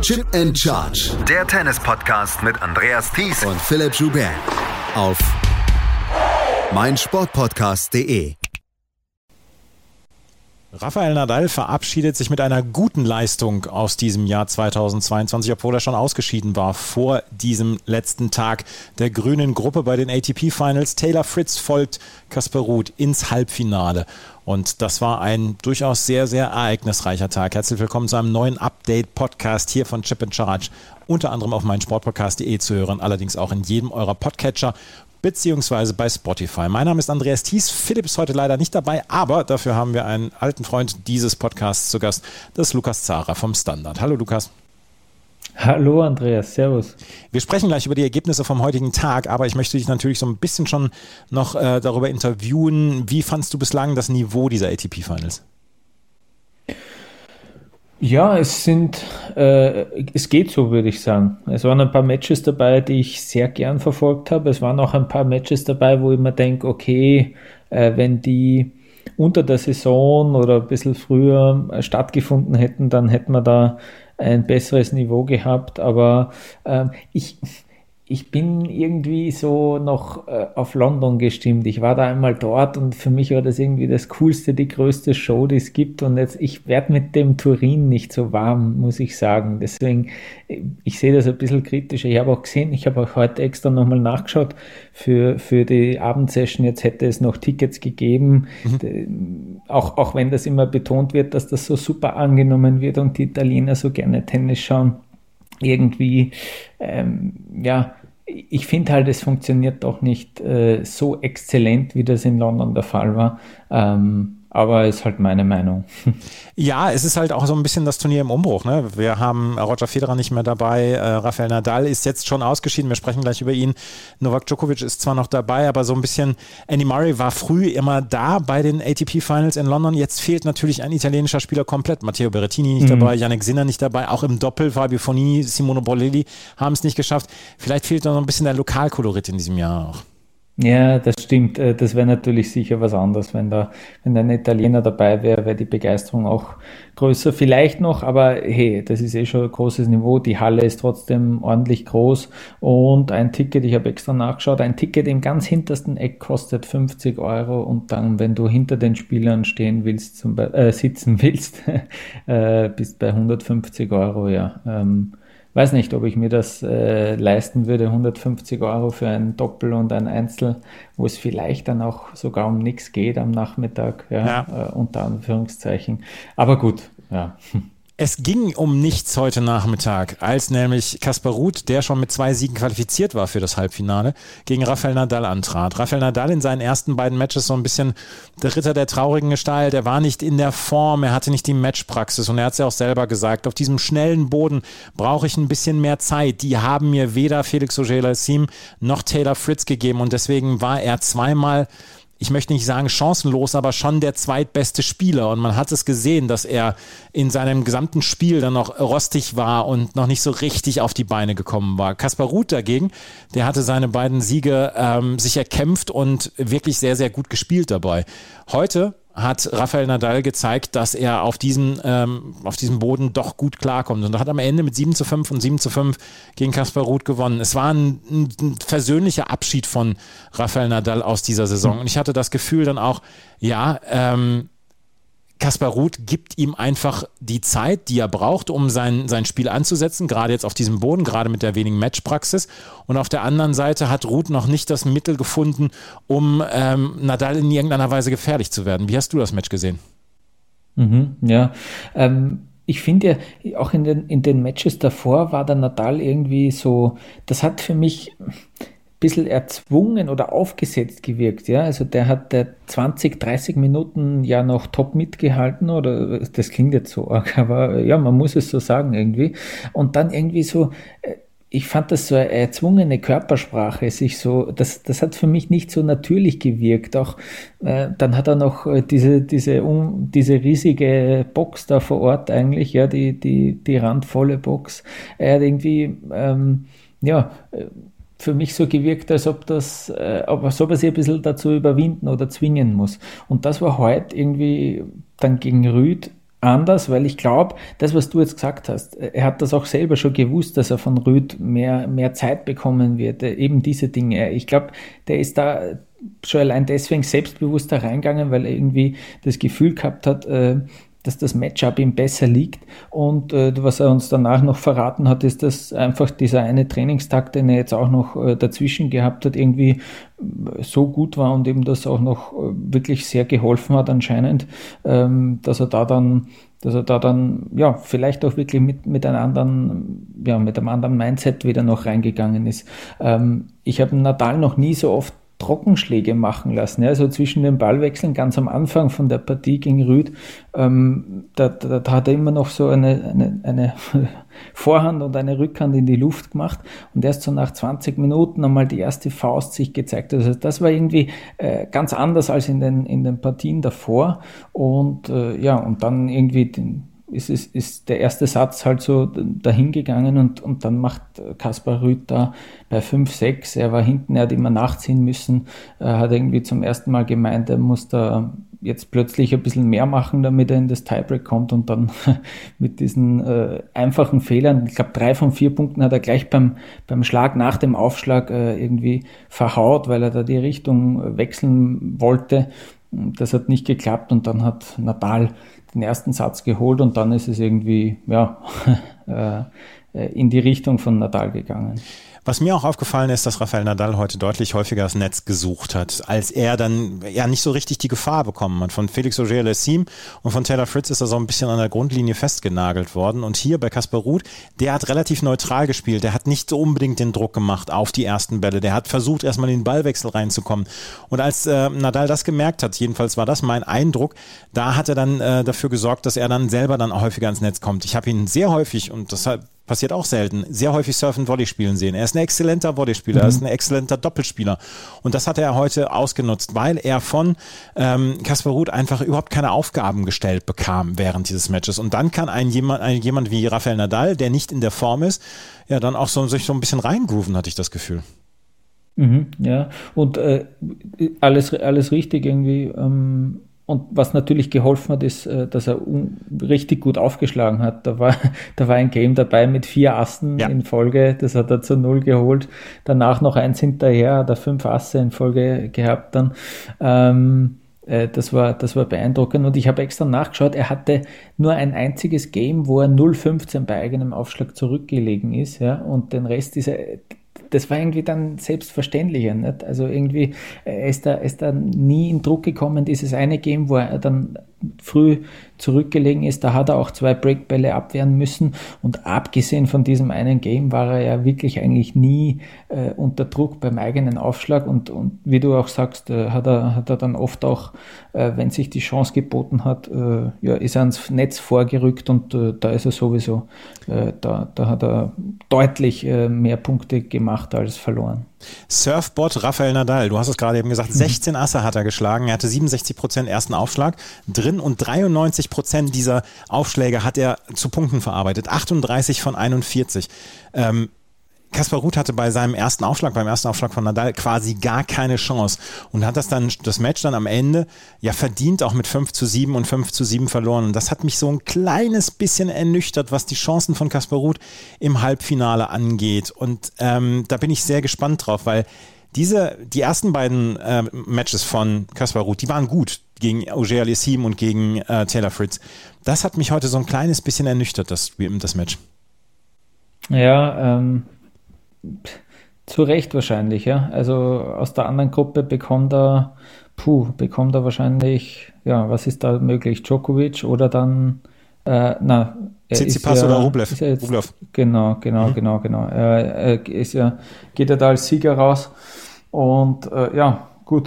Chip and Charge. Der Tennis-Podcast mit Andreas Thies und Philipp Joubert. Auf meinsportpodcast.de. Rafael Nadal verabschiedet sich mit einer guten Leistung aus diesem Jahr 2022, obwohl er schon ausgeschieden war vor diesem letzten Tag der grünen Gruppe bei den ATP Finals. Taylor Fritz folgt Casper Ruud ins Halbfinale. Und das war ein durchaus sehr, sehr ereignisreicher Tag. Herzlich willkommen zu einem neuen Update-Podcast hier von Chip and Charge. Unter anderem auf meinsportpodcast.de zu hören, allerdings auch in jedem eurer Podcatcher beziehungsweise bei Spotify. Mein Name ist Andreas Thies. Philipp ist heute leider nicht dabei, aber dafür haben wir einen alten Freund dieses Podcasts zu Gast, das ist Lukas Zahrer vom Standard. Hallo Lukas. Hallo Andreas, servus. Wir sprechen gleich über die Ergebnisse vom heutigen Tag, aber ich möchte dich natürlich so ein bisschen schon noch darüber interviewen. Wie fandst du bislang das Niveau dieser ATP-Finals? Ja, es geht so, würde ich sagen. Es waren ein paar Matches dabei, die ich sehr gern verfolgt habe. Es waren auch ein paar Matches dabei, wo ich mir denke, okay, wenn die unter der Saison oder ein bisschen früher stattgefunden hätten, dann hätten wir da ein besseres Niveau gehabt. Aber ich bin irgendwie so noch auf London gestimmt. Ich war da einmal dort und für mich war das irgendwie das Coolste, die größte Show, die es gibt. Und jetzt, ich werde mit dem Turin nicht so warm, muss ich sagen. Deswegen, ich sehe das ein bisschen kritischer. Ich habe auch gesehen, ich habe auch heute extra nochmal nachgeschaut für die Abendsession. Jetzt hätte es noch Tickets gegeben. Auch wenn das immer betont wird, dass das so super angenommen wird und die Italiener so gerne Tennis schauen. Irgendwie, ich finde halt, es funktioniert doch nicht so exzellent, wie das in London der Fall war. Aber ist halt meine Meinung. Ja, es ist halt auch so ein bisschen das Turnier im Umbruch. Ne? Wir haben Roger Federer nicht mehr dabei. Rafael Nadal ist jetzt schon ausgeschieden. Wir sprechen gleich über ihn. Novak Djokovic ist zwar noch dabei, aber so ein bisschen Andy Murray war früh immer da bei den ATP Finals in London. Jetzt fehlt natürlich ein italienischer Spieler komplett. Matteo Berrettini nicht dabei, Jannik Sinner nicht dabei. Auch im Doppel, Fabio Fognini, Simone Bolelli haben es nicht geschafft. Vielleicht fehlt noch ein bisschen der Lokalkolorit in diesem Jahr auch. Ja, das stimmt. Das wäre natürlich sicher was anderes, wenn ein Italiener dabei wäre die Begeisterung auch größer. Vielleicht noch, aber hey, das ist schon ein großes Niveau. Die Halle ist trotzdem ordentlich groß und ein Ticket, ich habe extra nachgeschaut, ein Ticket im ganz hintersten Eck kostet 50 € und dann, wenn du hinter den Spielern stehen willst, sitzen willst, bist bei 150 €, ja. Weiß nicht, ob ich mir das leisten würde, 150 € für ein Doppel und ein Einzel, wo es vielleicht dann auch sogar um nichts geht am Nachmittag, unter Anführungszeichen. Aber gut, ja. Es ging um nichts heute Nachmittag, als nämlich Casper Ruud, der schon mit 2 Siegen qualifiziert war für das Halbfinale, gegen Rafael Nadal antrat. Rafael Nadal in seinen ersten beiden Matches so ein bisschen der Ritter der traurigen Gestalt. Er war nicht in der Form, er hatte nicht die Matchpraxis und er hat es ja auch selber gesagt, auf diesem schnellen Boden brauche ich ein bisschen mehr Zeit. Die haben mir weder Felix Auger-Aliassime noch Taylor Fritz gegeben und deswegen war er zweimal, ich möchte nicht sagen chancenlos, aber schon der zweitbeste Spieler. Und man hat es gesehen, dass er in seinem gesamten Spiel dann noch rostig war und noch nicht so richtig auf die Beine gekommen war. Casper Ruud dagegen, der hatte seine beiden Siege sich erkämpft und wirklich sehr, sehr gut gespielt dabei. Heute hat Rafael Nadal gezeigt, dass er auf diesem Boden doch gut klarkommt. Und er hat am Ende mit 7:5 und 7:5 gegen Casper Ruud gewonnen. Es war ein versöhnlicher Abschied von Rafael Nadal aus dieser Saison. Und ich hatte das Gefühl dann auch, Casper Ruud gibt ihm einfach die Zeit, die er braucht, um sein Spiel anzusetzen, gerade jetzt auf diesem Boden, gerade mit der wenigen Matchpraxis. Und auf der anderen Seite hat Ruud noch nicht das Mittel gefunden, um Nadal in irgendeiner Weise gefährlich zu werden. Wie hast du das Match gesehen? Ich finde ja, auch in den Matches davor war der Nadal irgendwie so, das hat für mich bisschen erzwungen oder aufgesetzt gewirkt, ja, also der hat 20, 30 Minuten ja noch top mitgehalten oder, das klingt jetzt so arg, aber ja, man muss es so sagen irgendwie und dann irgendwie so, ich fand das so eine erzwungene Körpersprache, das hat für mich nicht so natürlich gewirkt, auch dann hat er noch diese riesige Box da vor Ort eigentlich, ja, die randvolle Box, er hat irgendwie, für mich so gewirkt, als ob er sich ein bisschen dazu überwinden oder zwingen muss. Und das war heute irgendwie dann gegen Ruud anders, weil ich glaube, das, was du jetzt gesagt hast, er hat das auch selber schon gewusst, dass er von Ruud mehr Zeit bekommen wird, eben diese Dinge. Ich glaube, der ist da schon allein deswegen selbstbewusst da reingegangen, weil er irgendwie das Gefühl gehabt hat, dass das Matchup ihm besser liegt. Und was er uns danach noch verraten hat, ist, dass einfach dieser eine Trainingstag, den er jetzt auch noch dazwischen gehabt hat, irgendwie so gut war und ihm das auch noch wirklich sehr geholfen hat anscheinend, dass er da dann ja vielleicht auch wirklich mit einem anderen Mindset wieder noch reingegangen ist. Ich habe Nadal noch nie so oft Trockenschläge machen lassen. Ja, also zwischen den Ballwechseln ganz am Anfang von der Partie gegen Ruud, da hat er immer noch so eine Vorhand und eine Rückhand in die Luft gemacht und erst so nach 20 Minuten einmal die erste Faust sich gezeigt. Also das war irgendwie ganz anders als in den Partien davor und und dann irgendwie ist der erste Satz halt so dahingegangen und dann macht Kaspar Ruud da bei 5-6, er war hinten, er hat immer nachziehen müssen, hat irgendwie zum ersten Mal gemeint, er muss da jetzt plötzlich ein bisschen mehr machen, damit er in das Tiebreak kommt und dann mit diesen einfachen Fehlern, ich glaube 3 von 4 Punkten hat er gleich beim Schlag nach dem Aufschlag irgendwie verhaut, weil er da die Richtung wechseln wollte. Das hat nicht geklappt und dann hat Nadal den ersten Satz geholt und dann ist es irgendwie in die Richtung von Nadal gegangen. Was mir auch aufgefallen ist, dass Rafael Nadal heute deutlich häufiger das Netz gesucht hat, als er dann ja nicht so richtig die Gefahr bekommen hat. Von Felix Auger-Aliassime und von Taylor Fritz ist er so ein bisschen an der Grundlinie festgenagelt worden. Und hier bei Kaspar Ruud, der hat relativ neutral gespielt. Der hat nicht so unbedingt den Druck gemacht auf die ersten Bälle. Der hat versucht, erstmal in den Ballwechsel reinzukommen. Und als Nadal das gemerkt hat, jedenfalls war das mein Eindruck, da hat er dann dafür gesorgt, dass er dann selber dann auch häufiger ins Netz kommt. Ich habe ihn sehr häufig, und deshalb passiert auch selten, sehr häufig Surf-and-Volley spielen sehen. Er ist ein exzellenter Volleyspieler, er ist ein exzellenter Doppelspieler. Und das hat er heute ausgenutzt, weil er von Kaspar Ruud einfach überhaupt keine Aufgaben gestellt bekam während dieses Matches. Und dann kann jemand wie Rafael Nadal, der nicht in der Form ist, ja dann auch sich so ein bisschen reingrooven, hatte ich das Gefühl. Ja, und alles richtig irgendwie. Und was natürlich geholfen hat, ist, dass er richtig gut aufgeschlagen hat. Da war ein Game dabei mit 4 Assen in Folge, das hat er zu 0 geholt. Danach noch eins hinterher, hat er 5 Asse in Folge gehabt dann. Das war beeindruckend und ich habe extra nachgeschaut, er hatte nur ein einziges Game, wo er 0,15 bei eigenem Aufschlag zurückgelegen ist, ja, und den Rest das war irgendwie dann selbstverständlicher, nicht? Also irgendwie, er ist da nie in Druck gekommen, dieses eine Game, wo er dann früh zurückgelegen ist, da hat er auch 2 Breakbälle abwehren müssen und abgesehen von diesem einen Game war er ja wirklich eigentlich nie unter Druck beim eigenen Aufschlag und wie du auch sagst, hat er dann oft auch, wenn sich die Chance geboten hat, ist er ans Netz vorgerückt und da ist er sowieso, da hat er deutlich mehr Punkte gemacht als verloren. Surfbot Rafael Nadal, du hast es gerade eben gesagt, 16 Asse hat er geschlagen, er hatte 67% ersten Aufschlag drin und 93% dieser Aufschläge hat er zu Punkten verarbeitet, 38 von 41. Kaspar Ruud hatte beim ersten Aufschlag von Nadal quasi gar keine Chance und hat das Match dann am Ende ja verdient auch mit 5-7 und 5-7 verloren. Und das hat mich so ein kleines bisschen ernüchtert, was die Chancen von Kaspar Ruud im Halbfinale angeht. Und da bin ich sehr gespannt drauf, weil die ersten beiden Matches von Kaspar Ruud, die waren gut gegen Auger-Aliassime und gegen Taylor Fritz. Das hat mich heute so ein kleines bisschen ernüchtert, das Match. Ja, zu Recht wahrscheinlich, ja. Also aus der anderen Gruppe bekommt er wahrscheinlich, ja, was ist da möglich? Djokovic oder dann, Tsitsipas oder Rublev. Genau. Geht er da als Sieger raus und gut.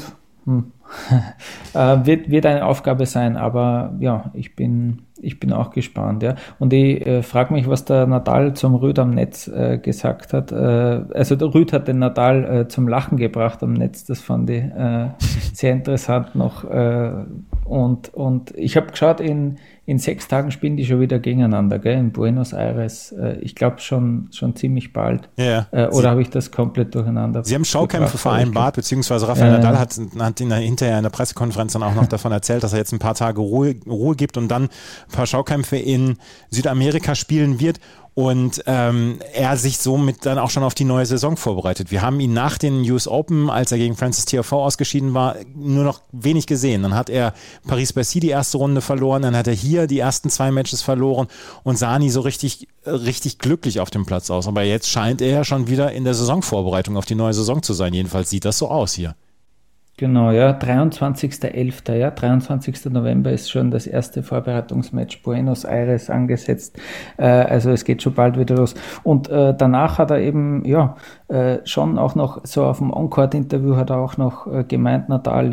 Wird eine Aufgabe sein, aber ja, ich bin auch gespannt, ja. Und ich frage mich, was der Nadal zum Ruud am Netz gesagt hat. Also der Ruud hat den Nadal zum Lachen gebracht am Netz, das fand ich sehr interessant noch. Und ich habe geschaut, in in 6 Tagen spielen die schon wieder gegeneinander, gell? In Buenos Aires. Ich glaube schon ziemlich bald. Ja. Oder habe ich das komplett durcheinander? Sie haben Showkämpfe vereinbart, beziehungsweise Rafael Nadal hat ihn hinterher in der Pressekonferenz dann auch noch davon erzählt, dass er jetzt ein paar Tage Ruhe gibt und dann ein paar Showkämpfe in Südamerika spielen wird. Und er sich somit dann auch schon auf die neue Saison vorbereitet. Wir haben ihn nach den US Open, als er gegen Francis Tiafoe ausgeschieden war, nur noch wenig gesehen. Dann hat er Paris-Bercy die erste Runde verloren, dann hat er hier die ersten 2 Matches verloren und sah nie so richtig glücklich auf dem Platz aus. Aber jetzt scheint er ja schon wieder in der Saisonvorbereitung auf die neue Saison zu sein. Jedenfalls sieht das so aus hier. Genau, ja, 23.11., ja, 23. November ist schon das erste Vorbereitungsmatch Buenos Aires angesetzt, also es geht schon bald wieder los und danach hat er eben, schon auch noch so auf dem On-Court-Interview hat er auch noch gemeint, Nadal,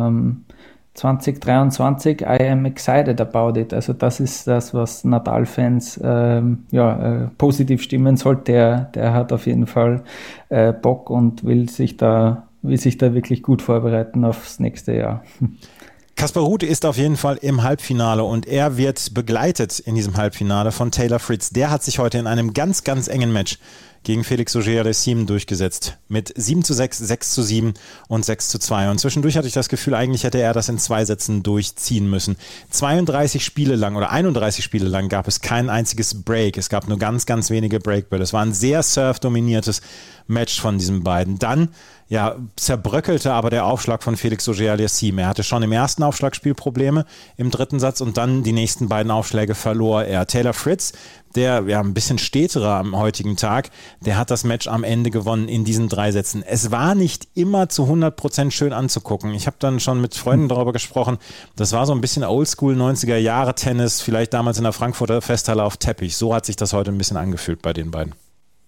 2023, I am excited about it, also das ist das, was Nadal-Fans positiv stimmen sollte, der hat auf jeden Fall Bock und will sich da wirklich gut vorbereiten aufs nächste Jahr. Casper Ruud ist auf jeden Fall im Halbfinale und er wird begleitet in diesem Halbfinale von Taylor Fritz. Der hat sich heute in einem ganz, ganz engen Match gegen Félix Auger-Aliassime durchgesetzt. Mit 7:6, 6:7 und 6:2. Und zwischendurch hatte ich das Gefühl, eigentlich hätte er das in 2 Sätzen durchziehen müssen. 31 Spiele lang gab es kein einziges Break. Es gab nur ganz, ganz wenige Breakbälle. Es war ein sehr surf-dominiertes Match von diesen beiden. Dann zerbröckelte aber der Aufschlag von Félix Auger-Aliassime. Er hatte schon im ersten Aufschlagspiel Probleme im 3. Satz und dann die nächsten beiden Aufschläge verlor er. Taylor Fritz, der ein bisschen steterer am heutigen Tag, der hat das Match am Ende gewonnen in diesen 3 Sätzen. Es war nicht immer zu 100% schön anzugucken. Ich habe dann schon mit Freunden darüber gesprochen, das war so ein bisschen Oldschool 90er-Jahre-Tennis, vielleicht damals in der Frankfurter Festhalle auf Teppich. So hat sich das heute ein bisschen angefühlt bei den beiden.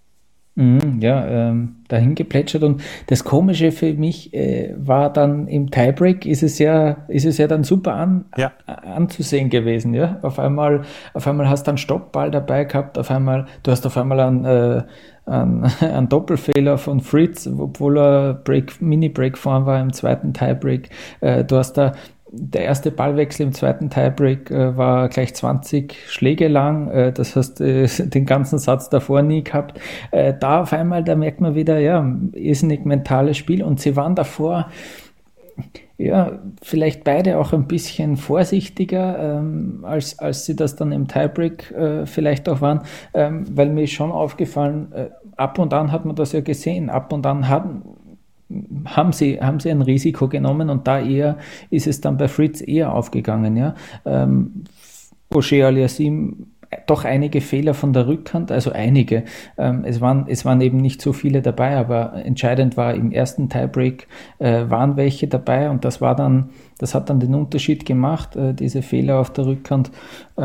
Dahin geplätschert und das Komische für mich war dann im Tiebreak ist es ja dann super anzusehen gewesen, ja. Auf einmal hast du einen Stoppball dabei gehabt, du hast auf einmal einen Doppelfehler von Fritz, obwohl er Mini-Break vorn war im zweiten Tiebreak. Du hast da der erste Ballwechsel im zweiten Tiebreak war gleich 20 Schläge lang, das heißt, den ganzen Satz davor nie gehabt. Da auf einmal, da merkt man wieder, irrsinnig mentales Spiel und sie waren davor, vielleicht beide auch ein bisschen vorsichtiger, als sie das dann im Tiebreak vielleicht auch waren, weil mir ist schon aufgefallen, ab und an hat man das ja gesehen, ab und an haben sie ein Risiko genommen und da ist es dann bei Fritz eher aufgegangen, ja. Auger-Aliassime doch einige Fehler von der Rückhand, also einige. Es waren eben nicht so viele dabei, aber entscheidend war im ersten Tiebreak waren welche dabei und das hat dann den Unterschied gemacht, diese Fehler auf der Rückhand. Es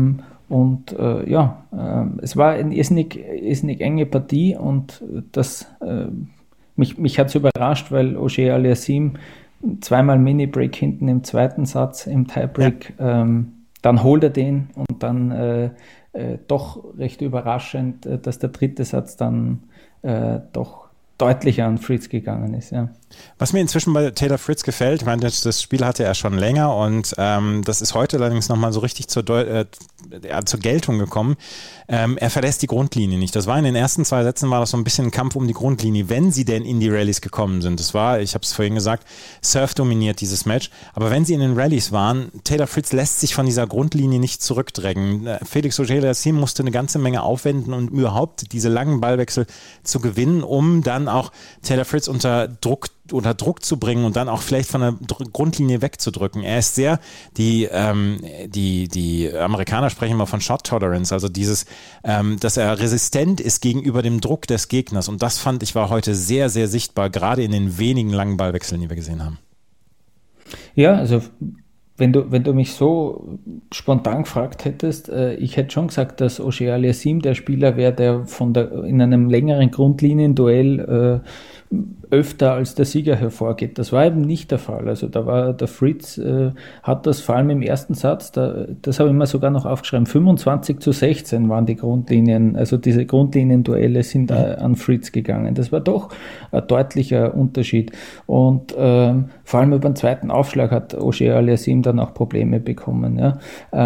war eine irrsinnig enge Partie und das mich hat es überrascht, weil Auger-Aliassime 2-mal Mini-Break hinten im zweiten Satz im Tiebreak, dann holt er den und dann doch recht überraschend, dass der 3. Satz dann doch deutlicher an Fritz gegangen ist, ja. Was mir inzwischen bei Taylor Fritz gefällt, ich meine, das Spiel hatte er schon länger und das ist heute allerdings nochmal so richtig zur Geltung gekommen. Er verlässt die Grundlinie nicht. Das war in den ersten 2 Sätzen war das so ein bisschen ein Kampf um die Grundlinie, wenn sie denn in die Rallyes gekommen sind. Das war, ich habe es vorhin gesagt, Surf dominiert dieses Match. Aber wenn sie in den Rallyes waren, Taylor Fritz lässt sich von dieser Grundlinie nicht zurückdrängen. Félix Auger-Aliassime musste eine ganze Menge aufwenden, um überhaupt diese langen Ballwechsel zu gewinnen, um dann auch Taylor Fritz unter Druck zu bringen und dann auch vielleicht von der Grundlinie wegzudrücken. Er ist sehr, die Amerikaner sprechen immer von Shot Tolerance, also dieses, dass er resistent ist gegenüber dem Druck des Gegners und das fand ich war heute sehr, sehr sichtbar, gerade in den wenigen langen Ballwechseln, die wir gesehen haben. Ja, also wenn du mich so spontan gefragt hättest, ich hätte schon gesagt, dass Auger-Aliassime der Spieler wäre, der in einem längeren Grundlinienduell öfter als der Sieger hervorgeht. Das war eben nicht der Fall. Also da war der Fritz, hat das vor allem im ersten Satz, das habe ich mir sogar noch aufgeschrieben, 25-16 waren die Grundlinien, also diese Grundlinienduelle sind an Fritz gegangen. Das war doch ein deutlicher Unterschied. Und vor allem über den zweiten Aufschlag hat Auger Aliassime dann auch Probleme bekommen. Ja.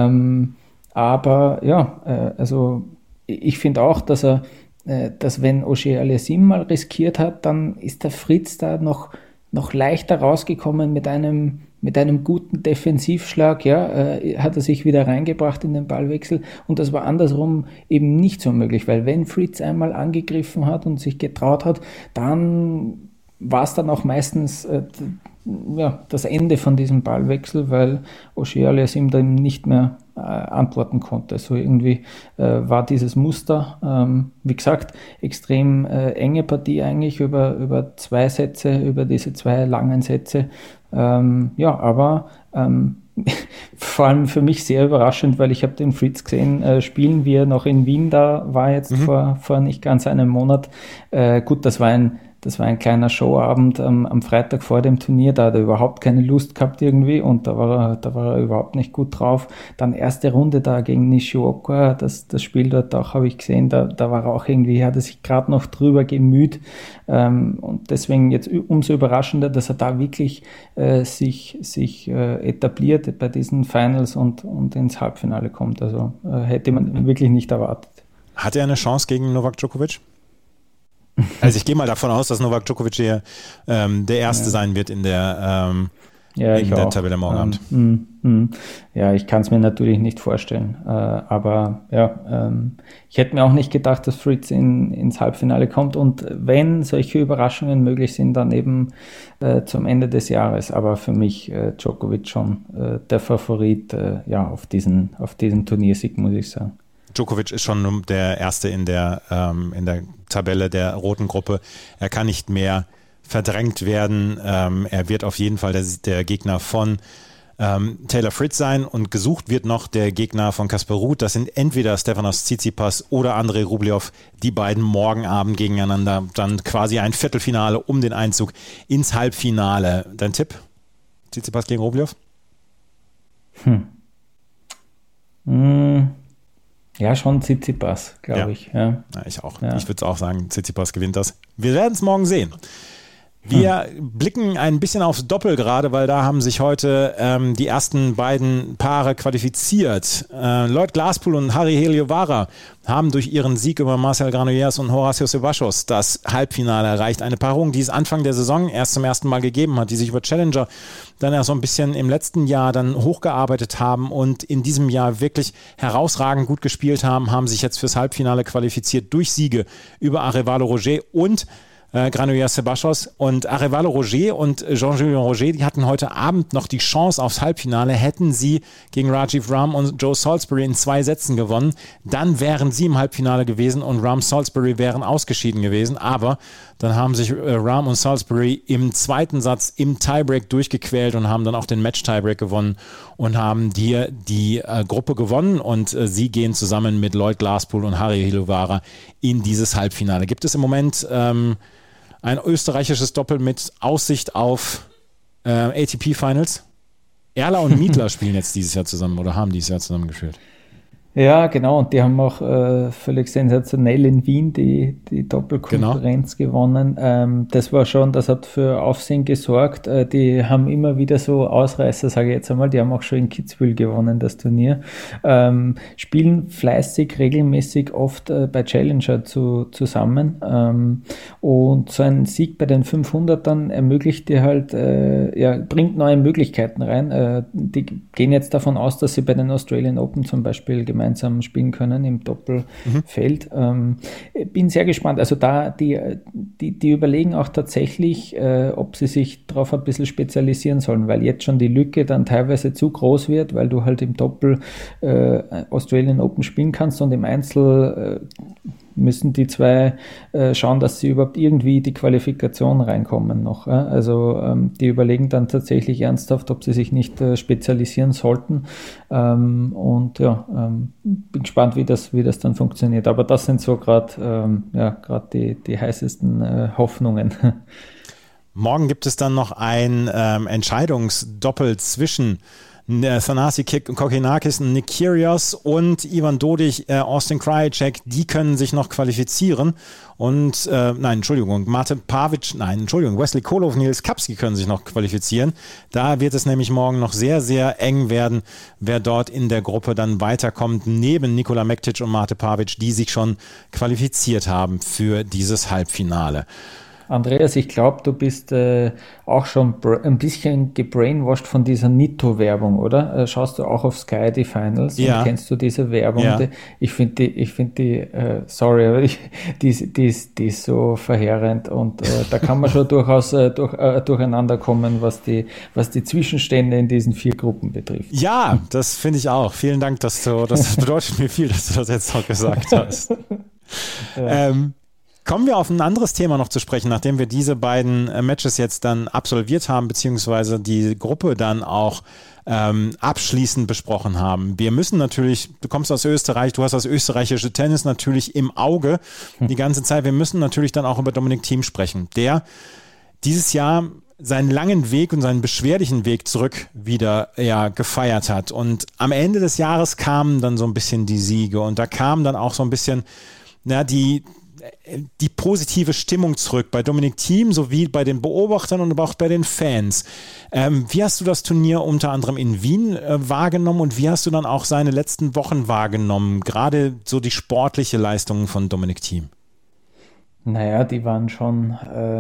Aber ja, also ich finde auch, dass wenn Auger Aliassime mal riskiert hat, dann ist der Fritz da noch leichter rausgekommen mit einem guten Defensivschlag, ja, hat er sich wieder reingebracht in den Ballwechsel und das war andersrum eben nicht so möglich, weil wenn Fritz einmal angegriffen hat und sich getraut hat, dann war es dann auch meistens das Ende von diesem Ballwechsel, weil Auger Aliassime dann nicht mehr antworten konnte. So irgendwie war dieses Muster, wie gesagt, extrem enge Partie eigentlich über 2 Sätze, über diese 2 langen Sätze. Aber vor allem für mich sehr überraschend, weil ich habe den Fritz gesehen spielen, wie er noch in Wien da war, jetzt vor nicht ganz einem Monat. Gut, das war ein kleiner Showabend am Freitag vor dem Turnier, da hat er überhaupt keine Lust gehabt irgendwie und da war er überhaupt nicht gut drauf. Dann erste Runde da gegen Nishioka, das Spiel dort auch habe ich gesehen, da war er auch irgendwie, hat er sich gerade noch drüber gemüht und deswegen jetzt umso überraschender, dass er da wirklich sich etabliert bei diesen Finals und ins Halbfinale kommt. Also hätte man wirklich nicht erwartet. Hat er eine Chance gegen Novak Djokovic? Also ich gehe mal davon aus, dass Novak Djokovic hier der Erste sein wird in der Tabelle morgen Abend. Ja, ich kann es mir natürlich nicht vorstellen. Aber ja, ich hätte mir auch nicht gedacht, dass Fritz ins Halbfinale kommt. Und wenn solche Überraschungen möglich sind, dann eben zum Ende des Jahres. Aber für mich Djokovic schon der Favorit auf diesen Turniersieg, muss ich sagen. Djokovic ist schon der Erste in der Tabelle der roten Gruppe. Er kann nicht mehr verdrängt werden. Er wird auf jeden Fall der Gegner von Taylor Fritz sein und gesucht wird noch der Gegner von Casper Ruud. Das sind entweder Stefanos Tsitsipas oder Andrei Rublev, die beiden morgen Abend gegeneinander. Dann quasi ein Viertelfinale um den Einzug ins Halbfinale. Dein Tipp? Tsitsipas gegen Rublev? Ja, schon Tsitsipas, glaube ich. Ja, ich auch. Ja. Ich würde auch sagen, Tsitsipas gewinnt das. Wir werden es morgen sehen. Wir blicken ein bisschen aufs Doppel gerade, weil da haben sich heute die ersten beiden Paare qualifiziert. Lloyd Glasspool und Harry Heliovara haben durch ihren Sieg über Marcel Granollers und Horacio Zeballos das Halbfinale erreicht. Eine Paarung, die es Anfang der Saison erst zum ersten Mal gegeben hat, die sich über Challenger dann ja so ein bisschen im letzten Jahr dann hochgearbeitet haben und in diesem Jahr wirklich herausragend gut gespielt haben sich jetzt fürs Halbfinale qualifiziert durch Siege über Arevalo Roger und Granollers Zeballos. Und Arevalo Roger und Jean-Julien Roger, die hatten heute Abend noch die Chance aufs Halbfinale, hätten sie gegen Rajiv Ram und Joe Salisbury in 2 Sätzen gewonnen, dann wären sie im Halbfinale gewesen und Ram Salisbury wären ausgeschieden gewesen, aber dann haben sich Ram und Salisbury im zweiten Satz im Tiebreak durchgequält und haben dann auch den Match-Tiebreak gewonnen und haben die Gruppe gewonnen und sie gehen zusammen mit Lloyd Glasspool und Harry Heliovara in dieses Halbfinale. Gibt es im Moment ein österreichisches Doppel mit Aussicht auf ATP-Finals? Erla und Miedler spielen jetzt dieses Jahr zusammen oder haben dieses Jahr zusammen gespielt. Ja, genau. Und die haben auch völlig sensationell in Wien die Doppelkonferenz gewonnen. Das hat für Aufsehen gesorgt. Die haben immer wieder so Ausreißer, sage ich jetzt einmal. Die haben auch schon in Kitzbühel gewonnen, das Turnier. Spielen fleißig, regelmäßig oft bei Challenger zusammen. Und so ein Sieg bei den 500ern ermöglicht dir halt, bringt neue Möglichkeiten rein. Die gehen jetzt davon aus, dass sie bei den Australian Open zum Beispiel gemeinsam spielen können im Doppelfeld. Bin sehr gespannt. Also da die überlegen auch tatsächlich, ob sie sich darauf ein bisschen spezialisieren sollen, weil jetzt schon die Lücke dann teilweise zu groß wird, weil du halt im Doppel Australian Open spielen kannst und im Einzel müssen die zwei schauen, dass sie überhaupt irgendwie die Qualifikation reinkommen noch. Also die überlegen dann tatsächlich ernsthaft, ob sie sich nicht spezialisieren sollten. Und bin gespannt, wie das dann funktioniert. Aber das sind so gerade die heißesten Hoffnungen. Morgen gibt es dann noch ein Entscheidungsdoppel zwischen Thanasi Kokkinakis, Nick Kyrgios und Ivan Dodig, Austin Krajicek. Die können sich noch qualifizieren. Und, Wesley Koolhof, Nils Kapski können sich noch qualifizieren. Da wird es nämlich morgen noch sehr, sehr eng werden, wer dort in der Gruppe dann weiterkommt, neben Nikola Mektic und Mate Pavic, die sich schon qualifiziert haben für dieses Halbfinale. Andreas, ich glaube, du bist auch schon ein bisschen gebrainwashed von dieser Nitto-Werbung, oder? Schaust du auch auf Sky die Finals? Ja. Und kennst du diese Werbung? Ja. Ich finde die, sorry, aber die ist so verheerend und da kann man schon durchaus durcheinander kommen, was die Zwischenstände in diesen 4 Gruppen betrifft. Ja, das finde ich auch. Vielen Dank, das bedeutet mir viel, dass du das jetzt noch gesagt hast. Ja. Kommen wir auf ein anderes Thema noch zu sprechen, nachdem wir diese beiden Matches jetzt dann absolviert haben, beziehungsweise die Gruppe dann auch abschließend besprochen haben. Wir müssen natürlich, du kommst aus Österreich, du hast das österreichische Tennis natürlich im Auge die ganze Zeit. Wir müssen natürlich dann auch über Dominic Thiem sprechen, der dieses Jahr seinen langen Weg und seinen beschwerlichen Weg zurück wieder gefeiert hat. Und am Ende des Jahres kamen dann so ein bisschen die Siege und da kam dann auch so ein bisschen die positive Stimmung zurück bei Dominic Thiem sowie bei den Beobachtern und aber auch bei den Fans. Wie hast du das Turnier unter anderem in Wien wahrgenommen und wie hast du dann auch seine letzten Wochen wahrgenommen, gerade so die sportliche Leistungen von Dominic Thiem? Naja, die waren schon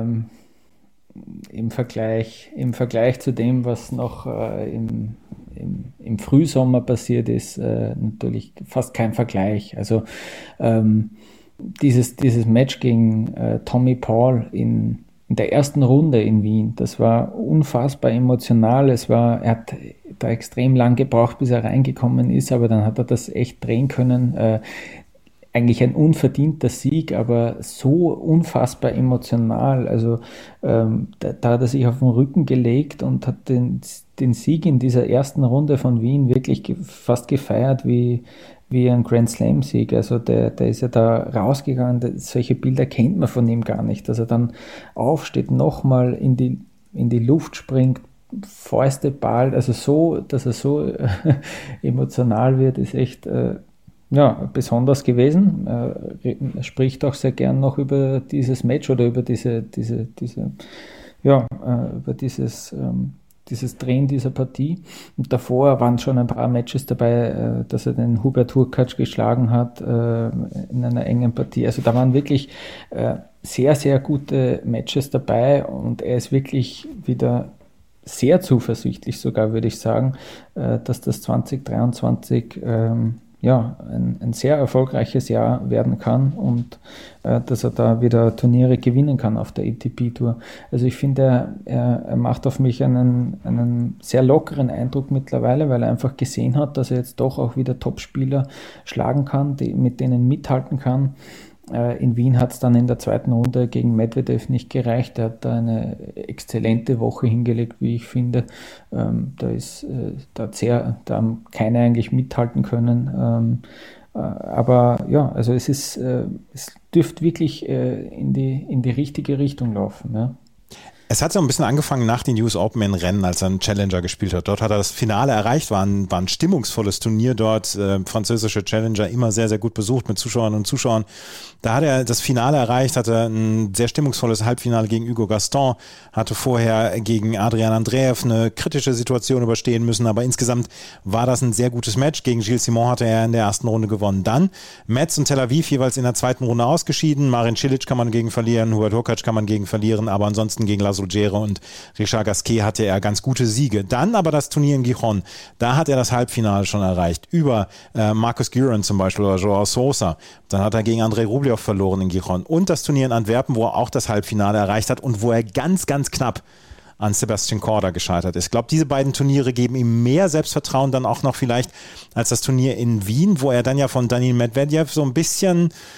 im Vergleich zu dem, was noch im Frühsommer passiert ist, natürlich fast kein Vergleich. Also dieses Match gegen Tommy Paul in der ersten Runde in Wien, das war unfassbar emotional. Er hat da extrem lang gebraucht, bis er reingekommen ist, aber dann hat er das echt drehen können. Eigentlich ein unverdienter Sieg, aber so unfassbar emotional. Also da hat er sich auf den Rücken gelegt und hat den Sieg in dieser ersten Runde von Wien wirklich fast gefeiert wie ein Grand Slam Sieg. Also der ist ja da rausgegangen. Solche Bilder kennt man von ihm gar nicht. Dass er dann aufsteht, nochmal in die Luft springt, Fäuste ballt. Also so, dass er so emotional wird, ist echt besonders gewesen. Er spricht auch sehr gern noch über dieses Match oder über dieses Drehen dieser Partie. Und davor waren schon ein paar Matches dabei, dass er den Hubert Hurkacz geschlagen hat in einer engen Partie. Also da waren wirklich sehr, sehr gute Matches dabei und er ist wirklich wieder sehr zuversichtlich sogar, würde ich sagen, dass das 2023 ein sehr erfolgreiches Jahr werden kann und dass er da wieder Turniere gewinnen kann auf der ATP-Tour. Also ich finde, er macht auf mich einen sehr lockeren Eindruck mittlerweile, weil er einfach gesehen hat, dass er jetzt doch auch wieder Topspieler schlagen kann, mit denen mithalten kann. In Wien hat es dann in der zweiten Runde gegen Medvedev nicht gereicht. Er hat da eine exzellente Woche hingelegt, wie ich finde. Da haben keine eigentlich mithalten können. Aber ja, also es dürfte wirklich in die richtige Richtung laufen. Ja. Es hat so ein bisschen angefangen nach den US Open in Rennes, als er einen Challenger gespielt hat. Dort hat er das Finale erreicht, war ein stimmungsvolles Turnier dort, französische Challenger immer sehr, sehr gut besucht mit Zuschauern und Zuschauern. Da hat er das Finale erreicht, hatte ein sehr stimmungsvolles Halbfinale gegen Hugo Gaston, hatte vorher gegen Adrian Andreev eine kritische Situation überstehen müssen, aber insgesamt war das ein sehr gutes Match. Gegen Gilles Simon hatte er in der ersten Runde gewonnen. Dann Metz und Tel Aviv jeweils in der zweiten Runde ausgeschieden. Marin Cilic kann man gegen verlieren, Hubert Hurkacz kann man gegen verlieren, aber ansonsten gegen Laszlo Djere und Richard Gasquet hatte er ganz gute Siege. Dann aber das Turnier in Gijón, da hat er das Halbfinale schon erreicht, über Marcus Guerin zum Beispiel oder Joao Sousa. Dann hat er gegen Andrei Rublev verloren in Gijón und das Turnier in Antwerpen, wo er auch das Halbfinale erreicht hat und wo er ganz, ganz knapp an Sebastian Korda gescheitert ist. Ich glaube, diese beiden Turniere geben ihm mehr Selbstvertrauen dann auch noch vielleicht als das Turnier in Wien, wo er dann ja von Daniil Medvedev so ein bisschen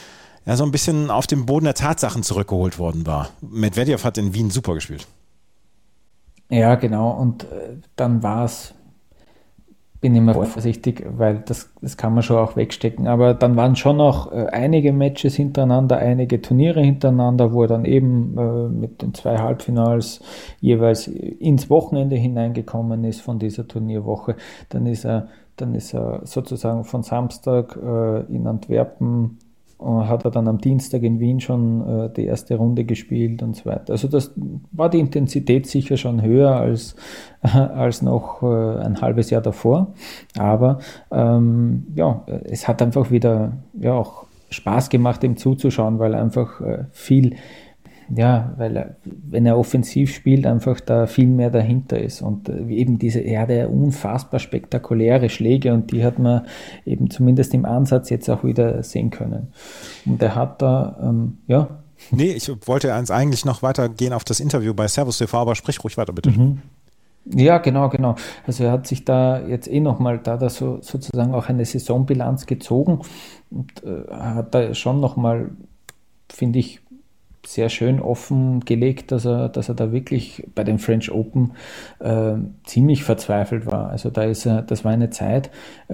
ja so ein bisschen auf den Boden der Tatsachen zurückgeholt worden war. Medvedev hat in Wien super gespielt. Ja, genau. Und dann war es, bin immer vorsichtig, weil das kann man schon auch wegstecken. Aber dann waren schon noch einige Matches hintereinander, einige Turniere hintereinander, wo er dann eben mit den 2 Halbfinals jeweils ins Wochenende hineingekommen ist von dieser Turnierwoche. Dann ist er sozusagen von Samstag in Antwerpen, hat er dann am Dienstag in Wien schon die erste Runde gespielt und so weiter. Also das war die Intensität sicher schon höher als noch ein halbes Jahr davor. Aber es hat einfach wieder auch Spaß gemacht, ihm zuzuschauen, weil einfach wenn er offensiv spielt, einfach da viel mehr dahinter ist und eben der unfassbar spektakuläre Schläge, und die hat man eben zumindest im Ansatz jetzt auch wieder sehen können. Und er hat da, Nee, ich wollte eigentlich noch weitergehen auf das Interview bei Servus TV, aber sprich ruhig weiter, bitte. Mhm. Ja, genau. Also er hat sich da jetzt nochmal sozusagen auch eine Saisonbilanz gezogen und hat da schon nochmal, finde ich, sehr schön offengelegt, dass er da wirklich bei den French Open ziemlich verzweifelt war. Also das war eine Zeit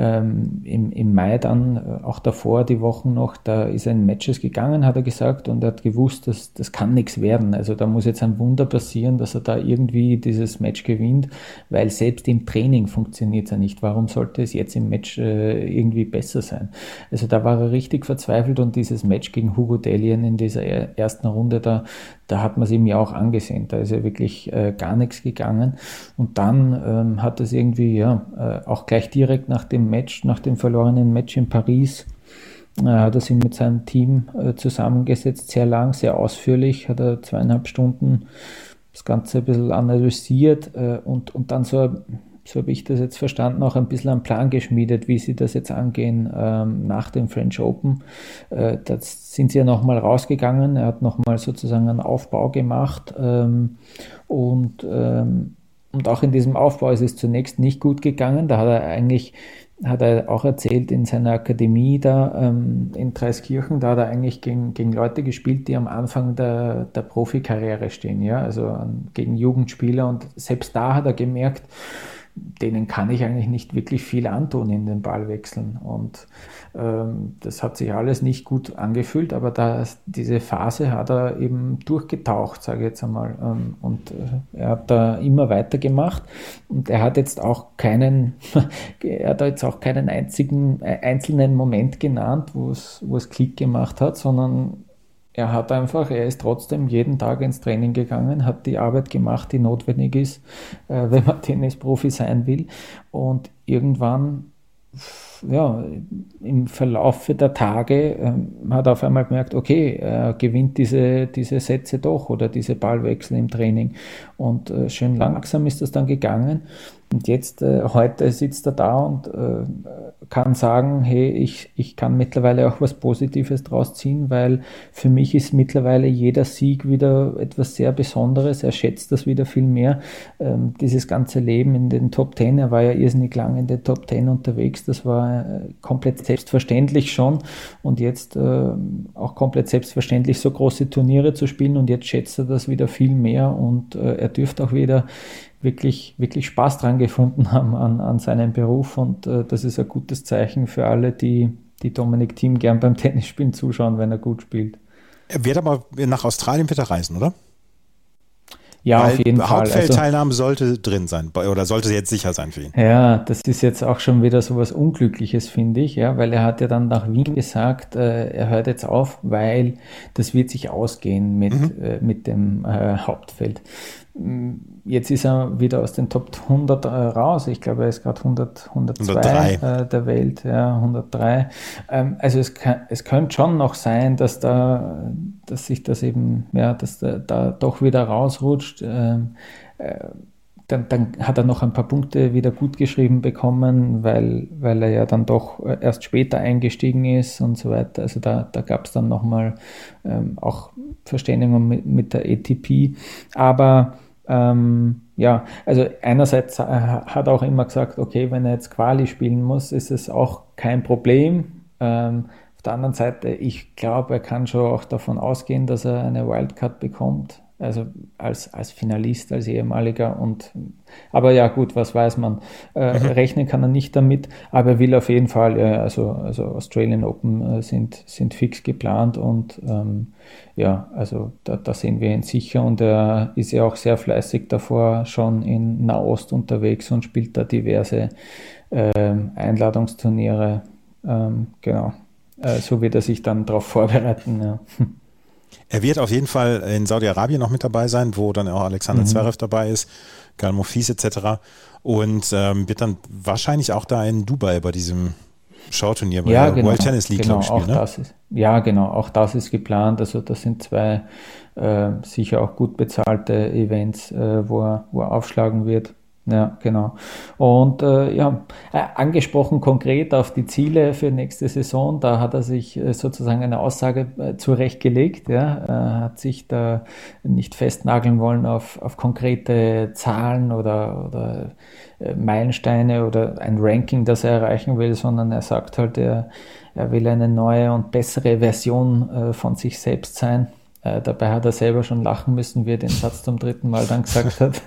im Mai dann, auch davor die Wochen noch, da ist er in Matches gegangen, hat er gesagt, und er hat gewusst, das kann nichts werden. Also da muss jetzt ein Wunder passieren, dass er da irgendwie dieses Match gewinnt, weil selbst im Training funktioniert es ja nicht. Warum sollte es jetzt im Match irgendwie besser sein? Also da war er richtig verzweifelt, und dieses Match gegen Hugo Dellien in dieser ersten Runde, da hat man es ihm ja auch angesehen. Da ist ja wirklich gar nichts gegangen. Und dann hat es irgendwie auch gleich direkt nach dem verlorenen Match in Paris, hat er sich mit seinem Team zusammengesetzt, sehr lang, sehr ausführlich, hat er 2,5 Stunden das Ganze ein bisschen analysiert und dann so habe ich das jetzt verstanden, auch ein bisschen einen Plan geschmiedet, wie sie das jetzt angehen nach dem French Open. Da sind sie ja nochmal rausgegangen, er hat nochmal sozusagen einen Aufbau gemacht und auch in diesem Aufbau ist es zunächst nicht gut gegangen. Da hat er auch erzählt, in seiner Akademie da in Dreiskirchen, da hat er eigentlich gegen Leute gespielt, die am Anfang der Profikarriere stehen, ja, also gegen Jugendspieler, und selbst da hat er gemerkt, denen kann ich eigentlich nicht wirklich viel antun in den Ballwechseln, und das hat sich alles nicht gut angefühlt, aber diese Phase hat er eben durchgetaucht, sage ich jetzt einmal, und er hat da immer weitergemacht, und er hat jetzt auch keinen einzelnen Moment genannt, wo es Klick gemacht hat, sondern er ist trotzdem jeden Tag ins Training gegangen, hat die Arbeit gemacht, die notwendig ist, wenn man Tennisprofi sein will. Und irgendwann, im Verlauf der Tage hat er auf einmal gemerkt, okay, er gewinnt diese Sätze doch oder diese Ballwechsel im Training. Und schön langsam ist das dann gegangen. Und jetzt, heute sitzt er da und kann sagen, hey, ich kann mittlerweile auch was Positives draus ziehen, weil für mich ist mittlerweile jeder Sieg wieder etwas sehr Besonderes. Er schätzt das wieder viel mehr. Dieses ganze Leben in den Top 10, er war ja irrsinnig lang in den Top 10 unterwegs, das war komplett selbstverständlich schon, und jetzt auch komplett selbstverständlich, so große Turniere zu spielen, und jetzt schätzt er das wieder viel mehr, und er dürfte auch wieder wirklich, wirklich Spaß dran gefunden haben an seinem Beruf, und das ist ein gutes Zeichen für alle, die Dominic Thiem gern beim Tennisspielen zuschauen, wenn er gut spielt. Er wird aber nach Australien wieder reisen, oder? Ja, auf jeden Fall. Hauptfeldteilnahme sollte drin sein, oder sollte jetzt sicher sein für ihn. Ja, das ist jetzt auch schon wieder so was Unglückliches, finde ich, ja, weil er hat ja dann nach Wien gesagt, er hört jetzt auf, weil das wird sich ausgehen mit dem Hauptfeld. Jetzt ist er wieder aus den Top 100 raus. Ich glaube, er ist gerade 102 der Welt, ja, 103. Also es könnte schon noch sein, dass sich das eben, dass da doch wieder rausrutscht. Dann hat er noch ein paar Punkte wieder gut geschrieben bekommen, weil er ja dann doch erst später eingestiegen ist und so weiter. Also da gab es dann nochmal auch Verständigung mit der ATP. Aber also einerseits hat er auch immer gesagt, okay, wenn er jetzt Quali spielen muss, ist es auch kein Problem. Auf der der anderen Seite, ich glaube, er kann schon auch davon ausgehen, dass er eine Wildcard bekommt. Also als Finalist, als ehemaliger. Aber ja gut, was weiß man. Rechnen kann er nicht damit, aber er will auf jeden Fall, also Australian Open sind fix geplant und also da sehen wir ihn sicher und er ist ja auch sehr fleißig davor schon in Nahost unterwegs und spielt da diverse Einladungsturniere. Genau. So wird er sich dann darauf vorbereiten, ja. Er wird auf jeden Fall in Saudi-Arabien noch mit dabei sein, wo dann auch Alexander Zverev dabei ist, Gael Monfils etc. Und wird dann wahrscheinlich auch da in Dubai bei diesem Showturnier bei der World Tennis League, glaube ich, spielen. Auch das ist geplant. Also das sind zwei sicher auch gut bezahlte Events, wo er aufschlagen wird. Ja, genau. Und angesprochen konkret auf die Ziele für nächste Saison, da hat er sich sozusagen eine Aussage zurechtgelegt. Ja. Er hat sich da nicht festnageln wollen auf konkrete Zahlen oder Meilensteine oder ein Ranking, das er erreichen will, sondern er sagt halt, er will eine neue und bessere Version von sich selbst sein. Dabei hat er selber schon lachen müssen, wie er den Satz zum 3. Mal dann gesagt hat.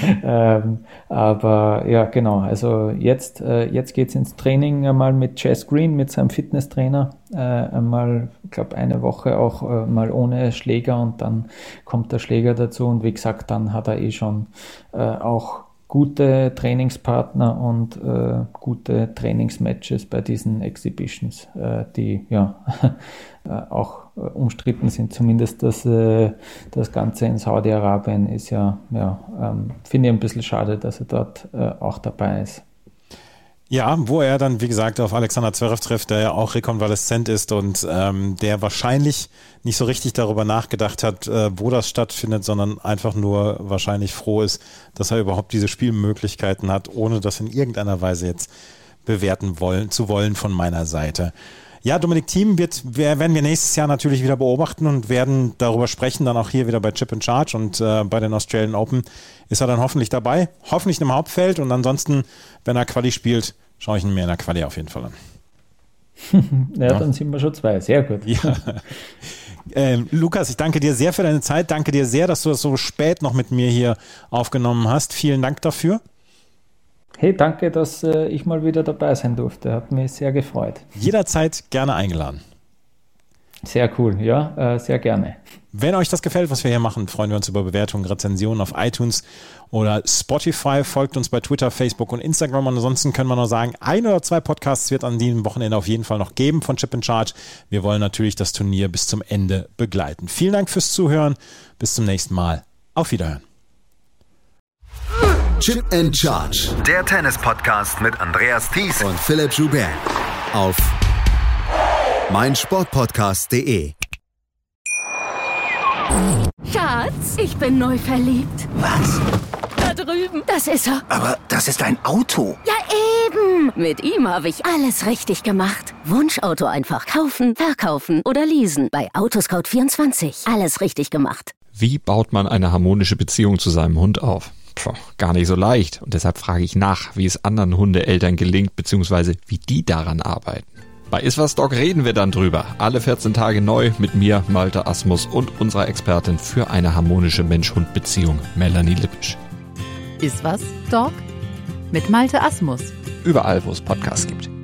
Aber ja, genau. Also jetzt geht's ins Training einmal mit Jess Green, mit seinem Fitnesstrainer. Einmal, ich glaube, eine Woche auch mal ohne Schläger und dann kommt der Schläger dazu. Und wie gesagt, dann hat er schon auch gute Trainingspartner und gute Trainingsmatches bei diesen Exhibitions, die auch umstritten sind. Zumindest das Ganze in Saudi-Arabien ist finde ich ein bisschen schade, dass er dort auch dabei ist. Ja, wo er dann, wie gesagt, auf Alexander Zverev trifft, der ja auch rekonvaleszent ist und der wahrscheinlich nicht so richtig darüber nachgedacht hat, wo das stattfindet, sondern einfach nur wahrscheinlich froh ist, dass er überhaupt diese Spielmöglichkeiten hat, ohne das in irgendeiner Weise jetzt bewerten zu wollen von meiner Seite. Ja, Dominic Thiem werden wir nächstes Jahr natürlich wieder beobachten und werden darüber sprechen, dann auch hier wieder bei Chip and Charge und bei den Australian Open ist er dann hoffentlich dabei, hoffentlich im Hauptfeld und ansonsten, wenn er Quali spielt, schaue ich ihn mir in der Quali auf jeden Fall an. Dann sind wir schon zwei, sehr gut. Ja. Lukas, ich danke dir sehr für deine Zeit, danke dir sehr, dass du das so spät noch mit mir hier aufgenommen hast, vielen Dank dafür. Hey, danke, dass ich mal wieder dabei sein durfte. Hat mich sehr gefreut. Jederzeit gerne eingeladen. Sehr cool, ja, sehr gerne. Wenn euch das gefällt, was wir hier machen, freuen wir uns über Bewertungen, Rezensionen auf iTunes oder Spotify. Folgt uns bei Twitter, Facebook und Instagram. Und ansonsten können wir noch sagen, 1 oder 2 Podcasts wird an diesem Wochenende auf jeden Fall noch geben von Chip and Charge. Wir wollen natürlich das Turnier bis zum Ende begleiten. Vielen Dank fürs Zuhören. Bis zum nächsten Mal. Auf Wiederhören. Chip and Charge. Der Tennis-Podcast mit Andreas Thies und Philipp Joubert. Auf meinsportpodcast.de. Schatz, ich bin neu verliebt. Was? Da drüben. Das ist er. Aber das ist ein Auto. Ja, eben. Mit ihm habe ich alles richtig gemacht. Wunschauto einfach kaufen, verkaufen oder leasen. Bei Autoscout24. Alles richtig gemacht. Wie baut man eine harmonische Beziehung zu seinem Hund auf? Gar nicht so leicht. Und deshalb frage ich nach, wie es anderen Hundeeltern gelingt, beziehungsweise wie die daran arbeiten. Bei Iswas Dog reden wir dann drüber. Alle 14 Tage neu mit mir, Malte Asmus und unserer Expertin für eine harmonische Mensch-Hund-Beziehung, Melanie Lippisch. Iswas Dog mit Malte Asmus. Überall, wo es Podcasts gibt.